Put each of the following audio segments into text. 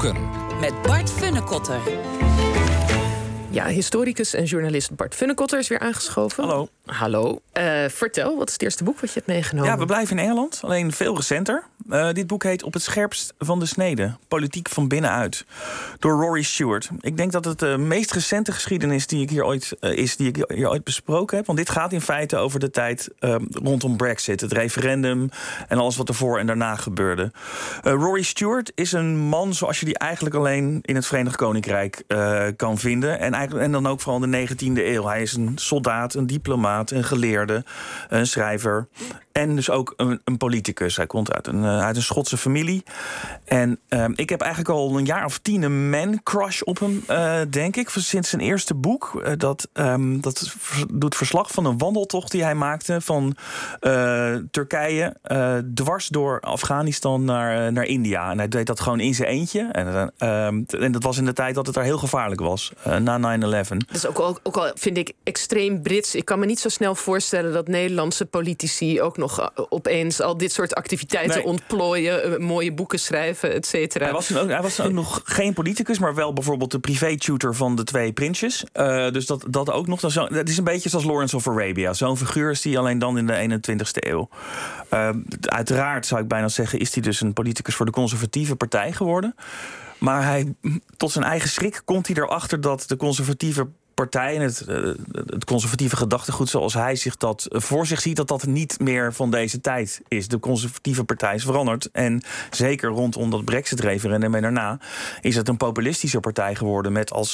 Boeken. Met Bart Funnekotter. Ja, historicus en journalist Bart Funnekotter is weer aangeschoven. Hallo. Hallo. Vertel, wat is het eerste boek wat je hebt meegenomen? Ja, we blijven in Engeland, alleen veel recenter. Dit boek heet Op het scherpst van de snede. Politiek van binnenuit. Door Rory Stewart. Ik denk dat het de meest recente geschiedenis die ik hier ooit besproken heb. Want dit gaat in feite over de tijd rondom Brexit. Het referendum en alles wat ervoor en daarna gebeurde. Rory Stewart is een man zoals je die eigenlijk alleen in het Verenigd Koninkrijk kan vinden. En dan ook vooral in de 19e eeuw. Hij is een soldaat, een diplomaat, een geleerde, een schrijver. En dus ook een politicus. Hij komt uit een Schotse familie. En ik heb eigenlijk al een jaar of 10 een man-crush op hem, denk ik. Sinds zijn eerste boek. Dat doet verslag van een wandeltocht die hij maakte van Turkije dwars door Afghanistan naar India. En hij deed dat gewoon in zijn eentje. En dat was in de tijd dat het daar heel gevaarlijk was. Na 9/11. Dat is ook al, vind ik, extreem Brits. Ik kan me niet zo snel voorstellen dat Nederlandse politici ook nog opeens al dit soort activiteiten ontplooien, mooie boeken schrijven, et cetera. Hij was ook nog geen politicus, maar wel bijvoorbeeld de privé-tutor van de 2 prinsjes. Dus dat ook nog. Het is een beetje zoals Lawrence of Arabia. Zo'n figuur is die alleen dan in de 21ste eeuw. Uiteraard, zou ik bijna zeggen, is hij dus een politicus voor de conservatieve partij geworden. Maar hij, tot zijn eigen schrik komt hij erachter dat de conservatieve partij en het conservatieve gedachtegoed zoals hij zich dat voor zich ziet, dat niet meer van deze tijd is. De conservatieve partij is veranderd. En zeker rondom dat Brexit-referendum en daarna is het een populistische partij geworden met als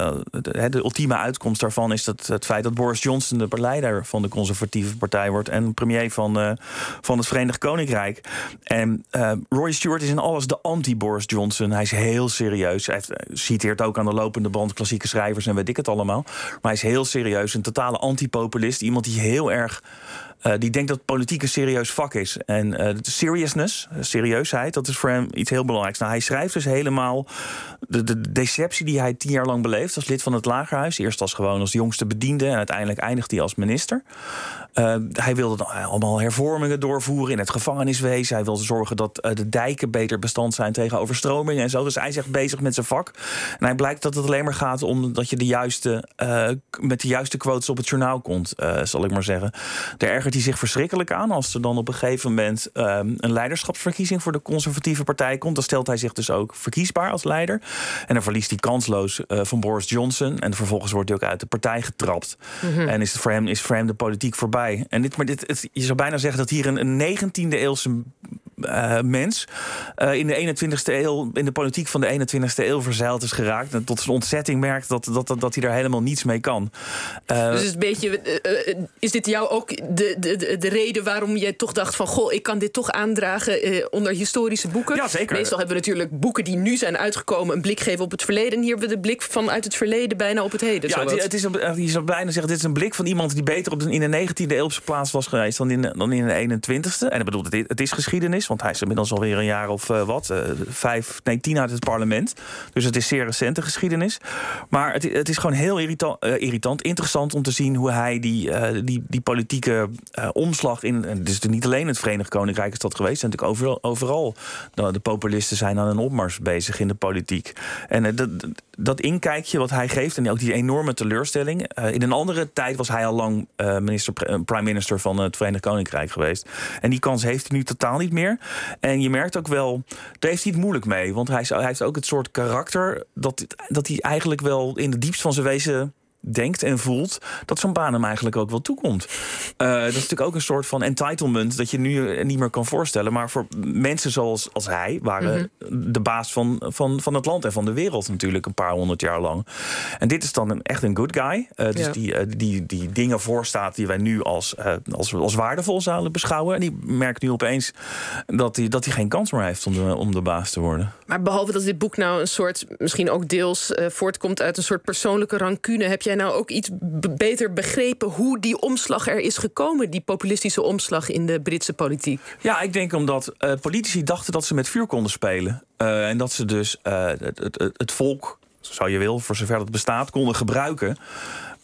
de ultieme uitkomst daarvan is het feit dat Boris Johnson de leider van de conservatieve partij wordt en premier van het Verenigd Koninkrijk. En Rory Stewart is in alles de anti-Boris Johnson. Hij is heel serieus. Hij citeert ook aan de lopende band klassieke schrijvers en weet ik het allemaal. Maar hij is heel serieus, een totale antipopulist. Iemand die heel erg die denkt dat politiek een serieus vak is. En de seriousness, serieusheid, dat is voor hem iets heel belangrijks. Nou, hij schrijft dus helemaal de deceptie die hij 10 jaar lang beleeft als lid van het Lagerhuis. Eerst als jongste bediende en uiteindelijk eindigt hij als minister. Hij wilde dan allemaal hervormingen doorvoeren in het gevangeniswezen. Hij wilde zorgen dat de dijken beter bestand zijn tegen overstromingen en zo. Dus hij is echt bezig met zijn vak. En hij blijkt dat het alleen maar gaat om dat je met de juiste quotes op het journaal komt, zal ik maar zeggen. Daar ergert hij zich verschrikkelijk aan als er dan op een gegeven moment een leiderschapsverkiezing voor de conservatieve partij komt. Dan stelt hij zich dus ook verkiesbaar als leider. En dan verliest hij kansloos van Boris Johnson. En vervolgens wordt hij ook uit de partij getrapt. Mm-hmm. En is voor hem de politiek voorbij. En je zou bijna zeggen dat hier een 19e eeuwse mens in de 21ste eeuw, in de politiek van de 21ste eeuw verzeild is geraakt. En tot zijn ontzetting merkt dat hij daar helemaal niets mee kan. Dus is een beetje, is dit jou ook de reden waarom je toch dacht van, goh, ik kan dit toch aandragen onder historische boeken? Ja, zeker. Meestal hebben we natuurlijk boeken die nu zijn uitgekomen een blik geven op het verleden. En hier hebben we de blik vanuit het verleden bijna op het heden. Ja, je zou bijna zeggen, dit is een blik van iemand die beter in de 19e eeuwse plaats was geweest dan in de 21ste. En ik bedoel, het is geschiedenis, want hij is inmiddels alweer een jaar of 10 uit het parlement. Dus het is zeer recente geschiedenis. Maar het is gewoon heel irritant, interessant om te zien hoe hij die politieke omslag in. En het is niet alleen in het Verenigd Koninkrijk is dat geweest. Het is natuurlijk overal. De populisten zijn aan een opmars bezig in de politiek. En dat inkijkje wat hij geeft en ook die enorme teleurstelling. In een andere tijd was hij al lang prime minister van het Verenigd Koninkrijk geweest. En die kans heeft hij nu totaal niet meer. En je merkt ook wel, daar heeft hij het moeilijk mee. Want hij heeft ook het soort karakter dat hij eigenlijk wel in de diepst van zijn wezen denkt en voelt dat zo'n baan hem eigenlijk ook wel toekomt. Dat is natuurlijk ook een soort van entitlement dat je nu niet meer kan voorstellen. Maar voor mensen zoals hij waren de baas van het land en van de wereld natuurlijk een paar 100 jaar lang. En dit is dan echt een good guy. Dus die dingen voorstaat die wij nu als waardevol zouden beschouwen. En die merkt nu opeens dat hij geen kans meer heeft om de baas te worden. Maar behalve dat dit boek nou een soort, misschien ook deels voortkomt uit een soort persoonlijke rancune, heb jij nou ook iets beter begrepen hoe die omslag er is gekomen, die populistische omslag in de Britse politiek? Ja, ik denk omdat politici dachten dat ze met vuur konden spelen. En dat ze dus het volk, zou je wil, voor zover het bestaat, konden gebruiken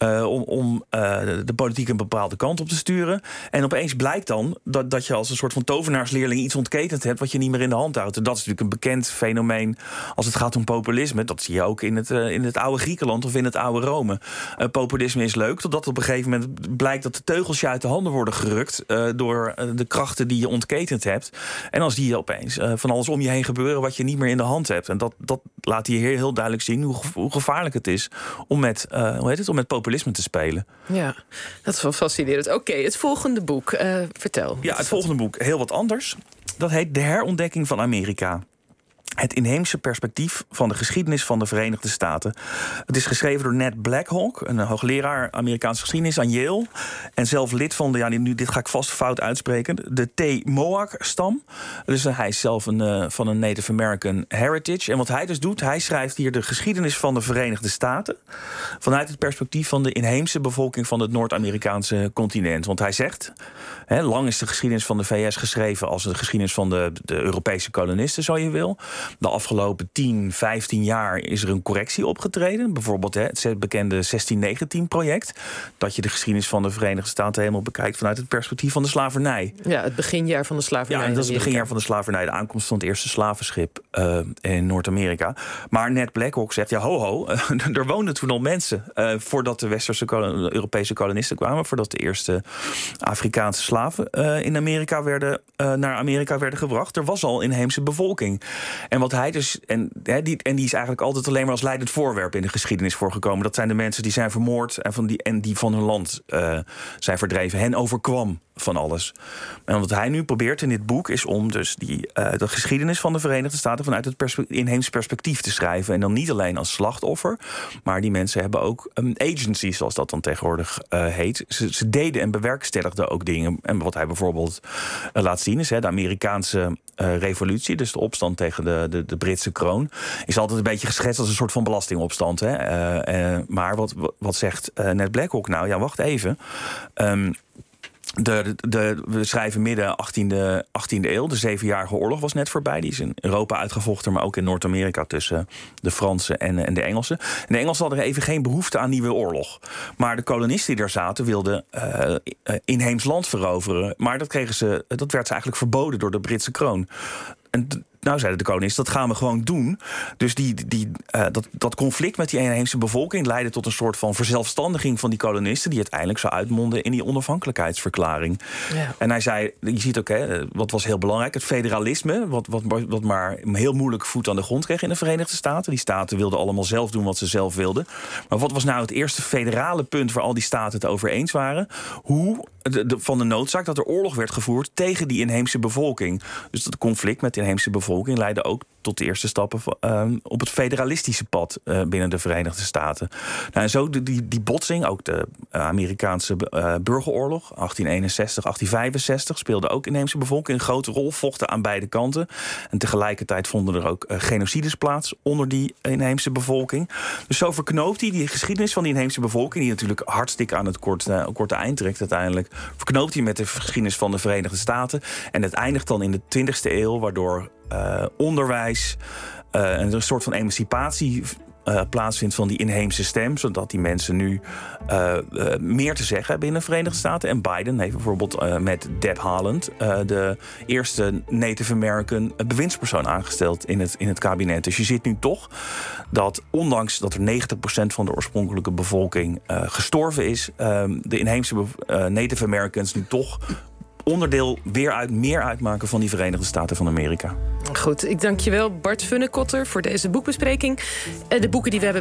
om de politiek een bepaalde kant op te sturen. En opeens blijkt dan dat je als een soort van tovenaarsleerling iets ontketend hebt wat je niet meer in de hand houdt. En dat is natuurlijk een bekend fenomeen als het gaat om populisme. Dat zie je ook in het oude Griekenland of in het oude Rome. Populisme is leuk, totdat op een gegeven moment blijkt dat de teugels je uit de handen worden gerukt door de krachten die je ontketend hebt. En dan zie je opeens van alles om je heen gebeuren wat je niet meer in de hand hebt. En dat laat hier heel duidelijk zien hoe gevaarlijk het is om met populisme te spelen. Ja, dat is wel fascinerend. Oké, het volgende boek. Vertel. Ja, het volgende boek, heel wat anders. Dat heet De herontdekking van Amerika. Het inheemse perspectief van de geschiedenis van de Verenigde Staten. Het is geschreven door Ned Blackhawk, een hoogleraar Amerikaanse geschiedenis aan Yale. En zelf lid van dit ga ik vast fout uitspreken, de T-Mohawk-stam. Dus hij is zelf van een Native American heritage. En wat hij dus doet, hij schrijft hier de geschiedenis van de Verenigde Staten vanuit het perspectief van de inheemse bevolking van het Noord-Amerikaanse continent. Want hij zegt, lang is de geschiedenis van de VS geschreven als de geschiedenis van de Europese kolonisten, zo je wil. De afgelopen 10, 15 jaar is er een correctie opgetreden. Bijvoorbeeld het bekende 1619-project. Dat je de geschiedenis van de Verenigde Staten helemaal bekijkt vanuit het perspectief van de slavernij. Ja, het beginjaar van de slavernij. Ja, dat is het beginjaar van de slavernij. De aankomst van het eerste slavenschip in Noord-Amerika. Maar Ned Blackhawk zegt, er woonden toen al mensen. Voordat de westerse Europese kolonisten kwamen. Voordat de eerste Afrikaanse slaven in Amerika naar Amerika werden gebracht. Er was al inheemse bevolking. En wat hij dus. Die is eigenlijk altijd alleen maar als leidend voorwerp in de geschiedenis voorgekomen. Dat zijn de mensen die zijn vermoord en die van hun land zijn verdreven. Hen overkwam van alles. En wat hij nu probeert in dit boek is om dus de geschiedenis van de Verenigde Staten vanuit het inheems perspectief te schrijven. En dan niet alleen als slachtoffer, maar die mensen hebben ook een agency, zoals dat dan tegenwoordig heet. Ze deden en bewerkstelligden ook dingen. En wat hij bijvoorbeeld laat zien is de Amerikaanse revolutie, dus de opstand tegen de Britse kroon, is altijd een beetje geschetst als een soort van belastingopstand. Maar wat zegt Ned Blackhawk nou? Ja, wacht even. We schrijven midden 18e eeuw. De 7-jarige oorlog was net voorbij. Die is in Europa uitgevochten, maar ook in Noord-Amerika tussen de Fransen en de Engelsen. En de Engelsen hadden even geen behoefte aan nieuwe oorlog. Maar de kolonisten die daar zaten wilden inheems land veroveren. Maar dat werd ze eigenlijk verboden door de Britse kroon. En nou zeiden de kolonisten, dat gaan we gewoon doen. Dus dat conflict met die inheemse bevolking leidde tot een soort van verzelfstandiging van die kolonisten, die uiteindelijk zou uitmonden in die onafhankelijkheidsverklaring. Ja. En hij zei, je ziet ook, wat was heel belangrijk, het federalisme, wat maar heel moeilijk voet aan de grond kreeg in de Verenigde Staten. Die staten wilden allemaal zelf doen wat ze zelf wilden. Maar wat was nou het eerste federale punt waar al die staten het over eens waren? Van de noodzaak dat er oorlog werd gevoerd tegen die inheemse bevolking. Dus dat conflict met de inheemse bevolking leidde ook tot de eerste stappen op het federalistische pad binnen de Verenigde Staten. Nou, en zo die botsing, ook de Amerikaanse burgeroorlog, 1861, 1865, speelde ook inheemse bevolking een grote rol, vochten aan beide kanten. En tegelijkertijd vonden er ook genocides plaats onder die inheemse bevolking. Dus zo verknoopt hij die geschiedenis van die inheemse bevolking, die natuurlijk hartstikke aan het korte eind trekt uiteindelijk, verknoopt hij met de geschiedenis van de Verenigde Staten. En het eindigt dan in de 20e eeuw, waardoor onderwijs en een soort van emancipatie plaatsvindt van die inheemse stem, zodat die mensen nu meer te zeggen hebben in de Verenigde Staten. En Biden heeft bijvoorbeeld met Deb Haaland de eerste Native American bewindspersoon aangesteld in het kabinet. Dus je ziet nu toch dat ondanks dat er 90% van de oorspronkelijke bevolking gestorven is, de inheemse Native Americans nu toch onderdeel meer uitmaken van die Verenigde Staten van Amerika. Goed, ik dank je wel, Bart Funnekotter, voor deze boekbespreking. De boeken die we hebben